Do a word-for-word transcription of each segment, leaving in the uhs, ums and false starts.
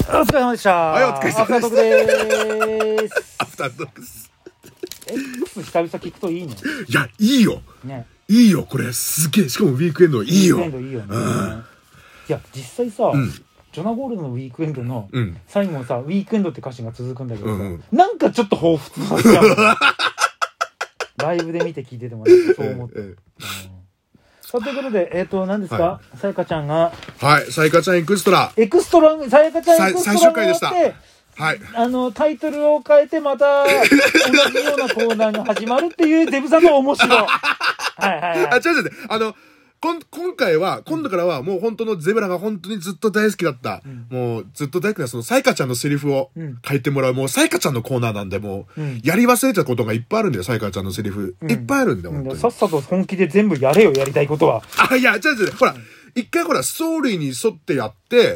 お疲れ様でした。 はい、お疲れ様でした。 アフタートークでーす。 アフタートークです。 X 久々聞くといいね。 いや、いいよ。ね。いいよ、これすげえ。しかもウィークエンドいいよ。ウィークエンドいいよね。うん、 いや、実際さ、うん、ジョナゴールドのウィークエンドの最後さ、ウィークエンドって歌詞が続くんだけどさ、うん、なんかちょっと彷彿させちゃう。ライブで見て聞いててもなんかそう思って。うんさあということで、えっ、ー、と、何ですか、さやかちゃんが。 はい、さやかちゃんエクストラ。 エクストラ、さやかちゃんエクストラ。 最終回でした。はい。 あの、タイトルを変えて、また、同じようなコーナーが始まるっていうデブさんの面白い。はいはいはい。 あ、違う違う。あの、こん今回は、今度からはもう本当のゼブラが本当にずっと大好きだった、うん、もうずっと大好きなそのさやかちゃんのセリフを書いてもらう、もうさやかちゃんのコーナーなんで、もう、うん、やり忘れたことがいっぱいあるんだよ、さやかちゃんのセリフ。うん、いっぱいあるんだよ、本当に。 さっさと本気で全部やれよ、やりたいことは。 あ、いや、違う違う。ほら、一回ほら、ストーリーに沿ってやって、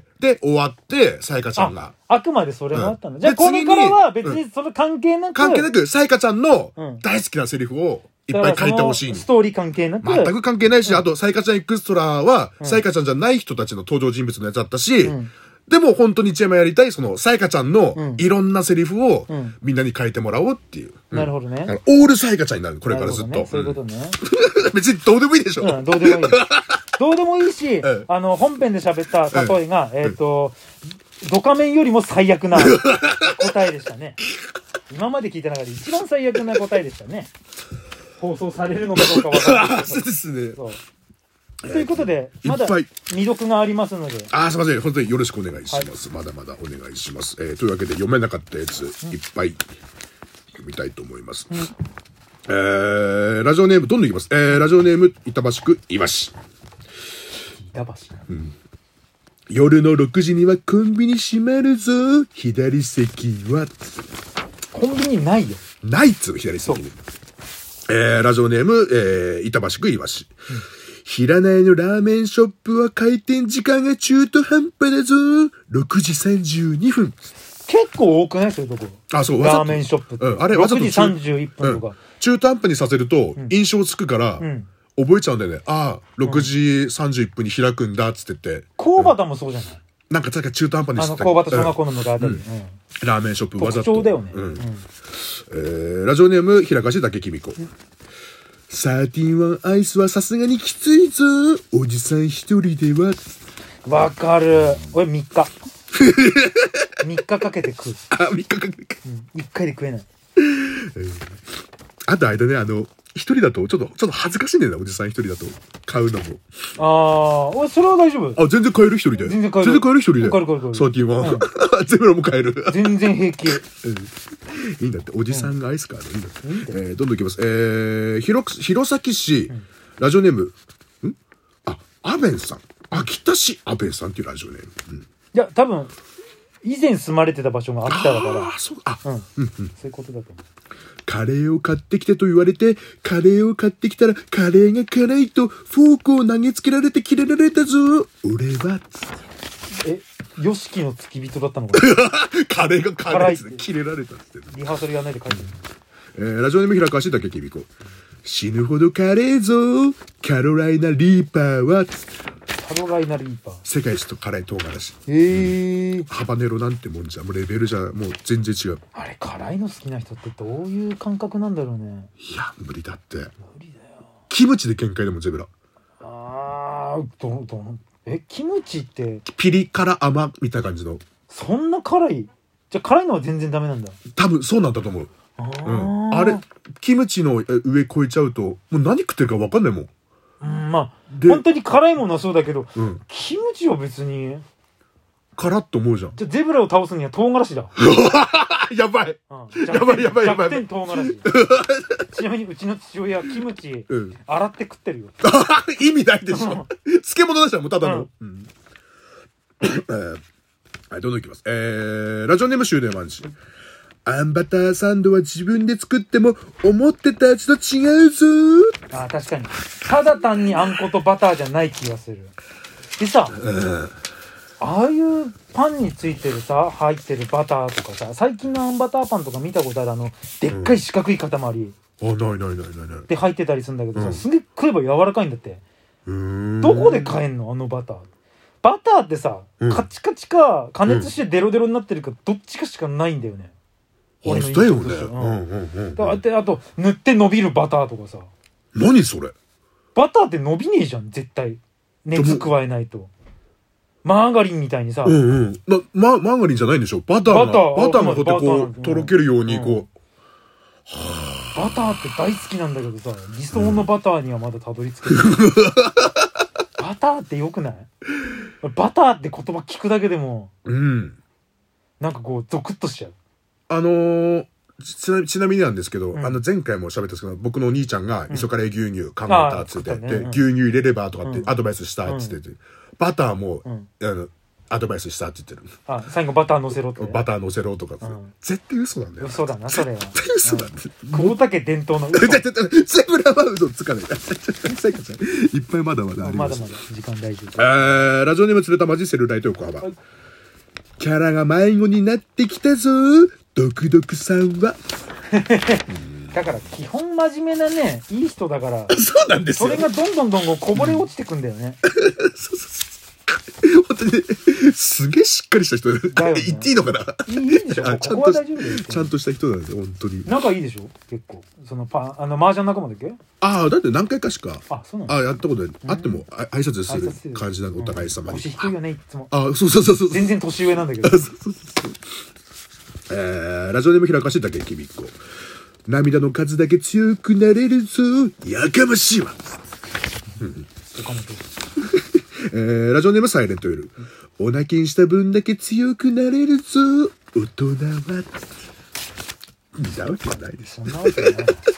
で、終わって、さやかちゃんが。 あ、あくまでそれがあったんだ。うん、じゃあ、これからは別にその関係なく。 関係なく、さやかちゃんの大好きなセリフを、いっぱい書いてほしい。 ストーリー関係なく。 全く関係ないし、うん、あと、さやかちゃんエクストラは、さやかちゃんじゃない人たちの登場人物のやつだったし、うん、でも本当に一山やりたい、その、さやかちゃんのいろんなセリフをみんなに書いてもらおうっていう。 うん、なるほどね。 オールさやかちゃんになる、これからずっと。 ね、そういうことね。 別にどうでもいいでしょ。 うん、どうでもいい。どうでもいいし、うん、あの、本編で喋った例えが、うん、えっ、ー、と、ドカメンよりも最悪な答えでしたね。今まで聞いた中で一番最悪な答えでしたね。放送されるのかどうかわからない。 そうですね。 そうということで、まだ未読がありますので。 あ、すみません。本当によろしくお願いします。はい、まだまだお願いします。えー、というわけで読めなかったやつ、うん、いっぱい読みたいと思います。うん、えー、ラジオネームどんどんいきます。えー、ラジオネーム板橋区いわし。 板橋。 うん。夜のろくじにはコンビニ閉まるぞ。左席は。 コンビニないよ。 ないっつう左席に。えー、ラジオネーム、えー、板橋区いわし。うん、平内のラーメンショップは開店時間が中途半端だぞ。ろくじさんじゅうにふん。 結構多くないそういうとこ。 あ、そう、 ラーメンショップって。うん、あれ、わざとろくじさんじゅういっぷんとか。うん、 中途半端にさせると、印象つくから、うん、覚えちゃうんだよね。ああ、ろくじさんじゅういっぷんに開くんだ、つってて。 コーバタもそうじゃない、うん、 なんか、確か中途半端にしてた。あの、コーバタ小学校の向かいあたり。うんうん、 ラーメンショップわざと。 特徴だよね。 うんうん、えー、ラジオネーム、平かしだけきみこ。うん、サーティワンアイスはさすがにきついぞ。おじさん一人では。 わかる。俺みっか。みっかかけて食う。 あ、みっかかけて食う。うん。いっかいで食えない。 えー、あと間ね、あの、一人だと、ちょっと、ちょっと恥ずかしいんだよな、おじさん一人だと。買うのも。 ああ、俺、それは大丈夫。 あ、全然買える一人で。 全然買える。 全然買える一人で。 買える買える。 サーティワン。ゼブラも買える。 全然平気。うん。 いいんだって、おじさんがアイスか、ね、いいんだって。いいんだえー、どんどんいきます。えー、ひろ、弘前市、うん、ラジオネーム、んあ、アベンさん。秋田市アベンさんっていうラジオネーム。うん、いや、多分、以前住まれてた場所が秋田だから。 ああ、そう、あ、 うん。うんうん。そういうことだと思う。 カレーを買ってきてと言われて、カレーを買ってきたら、カレーが辛いと、フォークを投げつけられてキレられたぞ。俺は、 え、ヨシキの付き人だったのかなカレーが辛いってキレられたって。 リハーサルやらないで書いてる。 えー、ラジオネーム平川しだけきびこ。死ぬほどカレーぞ。カロライナリーパーは、 カロライナリーパー。 世界一と辛い唐辛子。 へえ、うん。 ハバネロなんてもんじゃ、もうレベルじゃもう全然違う。 あれ、辛いの好きな人ってどういう感覚なんだろうね。 いや、無理だって。無理だよ。 キムチで限界でもゼブラ。 あー、ど、ど、え、キムチって。 ピリ辛甘みたいな感じの。 そんな辛い？じゃあ辛いのは全然ダメなんだ。 多分そうなんだと思う。あ、うん、あれ、キムチの上越えちゃうと、もう何食ってるか分かんないもん。 うん、まあ、本当に辛いものはそうだけど、うん、キムチは別に。 辛っと思うじゃん。 じゃあゼブラを倒すには唐辛子だ。 やばい、 うん、 やばいやばいやばい。 弱点唐辛子。ちなみにうちの父親はキムチ、うん、洗って食ってるよ。 意味ないでしょ。漬物だしらもうただの。うんうん、えー、はい、どんどんいきます。えー、ラジオネーム終電ワンジ。あんバターサンドは自分で作っても思ってた味と違うぞ。 あ、確かに。ただ単にあんことバターじゃない気がする。でさ、うん、ああいうパンについてるさ、入ってるバターとかさ、最近のあんバターパンとか見たことある、あのでっかい四角い塊、うん、 あ、ないないないないないで入ってたりするんだけどさ、うん、すげえ食えば柔らかいんだって。うーん、どこで買えんのあのバター。 バターってさ、うん、カチカチか加熱してデロデロになってるか、うん、どっちかしかないんだよね。 俺の印象として。 あと、あと塗って伸びるバターとかさ。 何それ？ バターって伸びねえじゃん絶対。熱加えないと。マーガリンみたいにさ。 うんうん。なママーガリンじゃないんでしょ？バターがバターバターがこうやってこうとろけるようにこう。うん、はあ、バターって大好きなんだけどさ、理想のバターにはまだたどり着けない。バターってよくない？バターって言葉聞くだけでも、うん、なんかこうゾクッとしちゃう。 あのー、ちなちなみになんですけど、うん、あの前回も喋ったんですけど、僕のお兄ちゃんが味噌カレー牛乳考えたっつって、うんね、で、うん、牛乳入れればとかってアドバイスしたっつってて、うん、バターも、うん、あのアドバイスしたって言ってる。 あ、最後バター乗せろって。 バター乗せろとかって、うん、絶対嘘なんだよ。 嘘だなそれは。 絶対嘘だって。 久保田家伝統の嘘。 ゼブラは嘘つかない。いっぱいまだまだあります。 まだまだ時間大丈夫。 えー、ラジオネーム釣れたマジセルライト横浜。はい、キャラが迷子になってきたぞ。ドクドクさんは。 だから基本真面目なね、いい人だから。 そうなんですよ。 それがどんどんどんどんこぼれ落ちてくんだよね。 そうそうそう。本当に、ね、すげえしっかりした人だよ、ね、言っていいのかな。 いいでしょ。 ちゃんとちゃんとした人なんですよ本当に。 仲いいでしょ結構。そのパあの麻雀仲間だっけ？ ああだって何回かしか。 あそうなんだ。 あやったことあっても挨拶する感じなのお互い様に。 年低いよねいつも。 あそうそうそうそう。 全然年上なんだけど。 そうそうそう。えー、ラジオネーム開かしてだけきみっこ。涙の数だけ強くなれるぞやかましいわ。 岡本。 えー、ラジオネームサイレントエル。お泣きんした分だけ強くなれるぞ大人は。見たわけないです。 そんなわけない。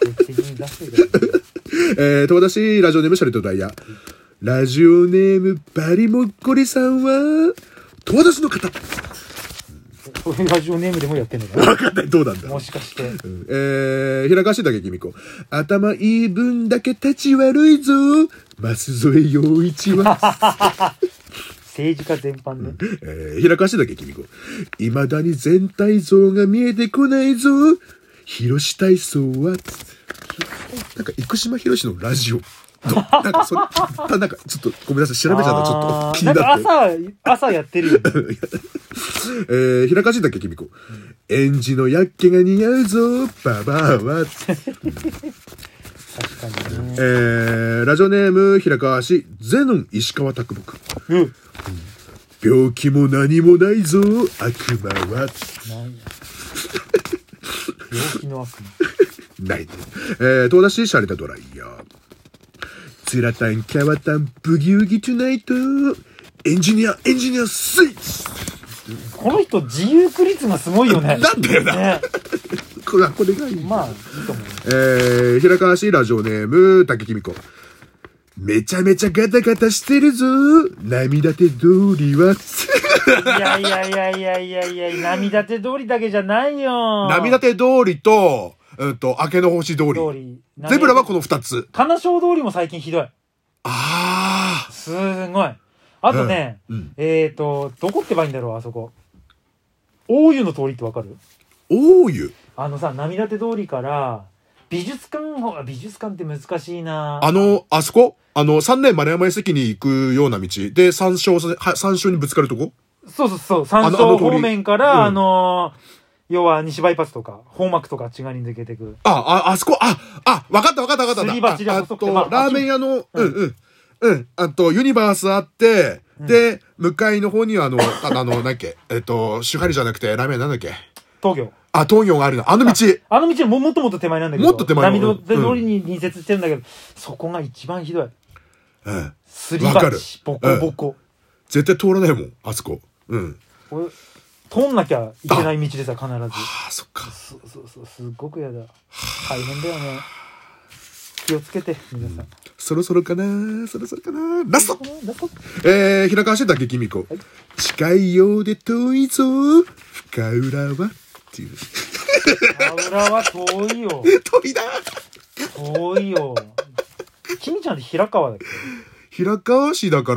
えー、友達ラジオネームシャレトダイヤ。ラジオネームバリモッコリさんは友達の方。 そういうラジオネームでもやってんのかな。 分かんないどうなんだ。 もしかして。 うん、えー、平川しだけきみこ。頭いい分だけ立ち悪いぞ舛添陽一は。 政治家全般ね。 うん、えー、平川しだけきみこ。いまだに全体像が見えてこないぞ広し体操は。なんか生島博士のラジオ。なんかそれなんかちょっとごめんなさい調べちゃったちょっと気になって。 なんか朝朝やってるよ、ね。 えー、平川しだけきみこ。園児のやっけが似合うぞババアは。 確かにね。 えー、ラジオネーム平川氏ゼノン石川拓木、うん、病気も何もないぞ悪魔は。 病気の悪魔ないね。えー、東田市シャレタドライヤーツラタンキャワタンブギウギトゥナイトエンジニアエンジニアスイッチ。 この人自由句率がすごいよね。 なんだよな、ね、これはこれがいい。 まあいいと思う。 えー、平川市ラジオネーム竹きみこ。めちゃめちゃガタガタしてるぞ涙手通りは。 いやいやいやいやいやいや涙手通りだけじゃないよ。 涙手通りとうんと明けの星通り。通りゼブラはこの二つ。 金賞通りも最近ひどい。ああすごい。あとね、うんうん、えっ、ー、とどこってばいいんだろうあそこ。大湯の通りってわかる？ 大湯。 あのさ涙手通りから美術館、美術館って難しいな。 あのあそこあの三年丸山遺跡に行くような道で山椒山椒にぶつかるとこ。 そうそうそう山椒方面からあ、あのー、要は西バイパスとか本幕とかあっち側に抜けてく。 あああそこああ分かった分かった分かった。 すり鉢で細くて、 あとラーメン屋のうんうんうんあとユニバースあって。で、向かいの方にはあの、あの、なんだっけ、えっと、シュハリじゃなくて、ラーメンなんだっけ東京。 あ、東京があるの。あの道。 あ, あの道ももっともっと手前なんだけど。 もっと手前。 波通りに隣接してるんだけど、うん、そこが一番ひどい。 うん。 すり鉢、ボコボコ、うん。 絶対通らないもん、あそこ。うん。 これ、通んなきゃいけない道でさ、必ず。ああ、そっか。 そうそうそう、すっごく嫌だ。大変だよね。気をつけて、皆さん。うん、そろそろかなそろそろかなラストえー、平川してだけきみこ。はい、近いようで遠いぞ深浦はっていう。 深浦は遠いよ。 遠いな遠いよ。きみちゃんって平川だっけ？ 平川市だから。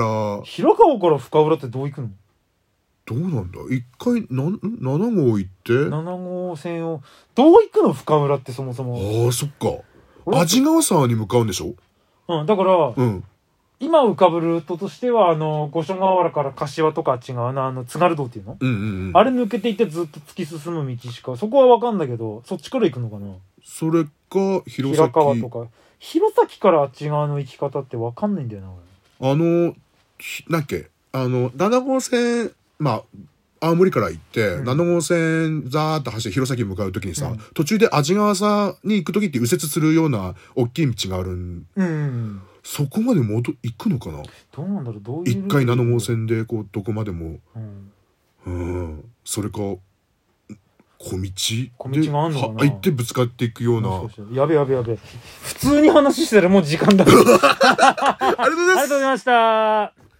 平川から深浦ってどう行くの？ どうなんだ一回ななな号行ってなな号線をどう行くの深浦ってそもそも。 ああそっか。安治川沢に向かうんでしょ？ うんだから、うん、 今浮かぶルートとしては、あの、五所川原から柏とか違うな、あの、津軽道っていうの、 うんうんうん、 あれ抜けていってずっと突き進む道しか、そこはわかんだけど、そっちから行くのかな。 それか、弘前。 平川とか。弘前からあっち側の行き方ってわかんないんだよな、 俺。あの、なんっけ、あの、なな号線、まあ、青森から行って、うん、なな号線ザーッと走って弘前に向かうときにさ、うん、途中で安治川さに行くときって右折するような大きい道があるん。うん。そこまで戻行くのかな。 どうなんだろう、どういう。 一回なな号線でこうどこまでも。うん。うん。それか小道小道があんのかな。 入ってぶつかっていくような。 やべやべやべ。普通に話したらもう時間だ。ありがとうございます。ありがとうございました。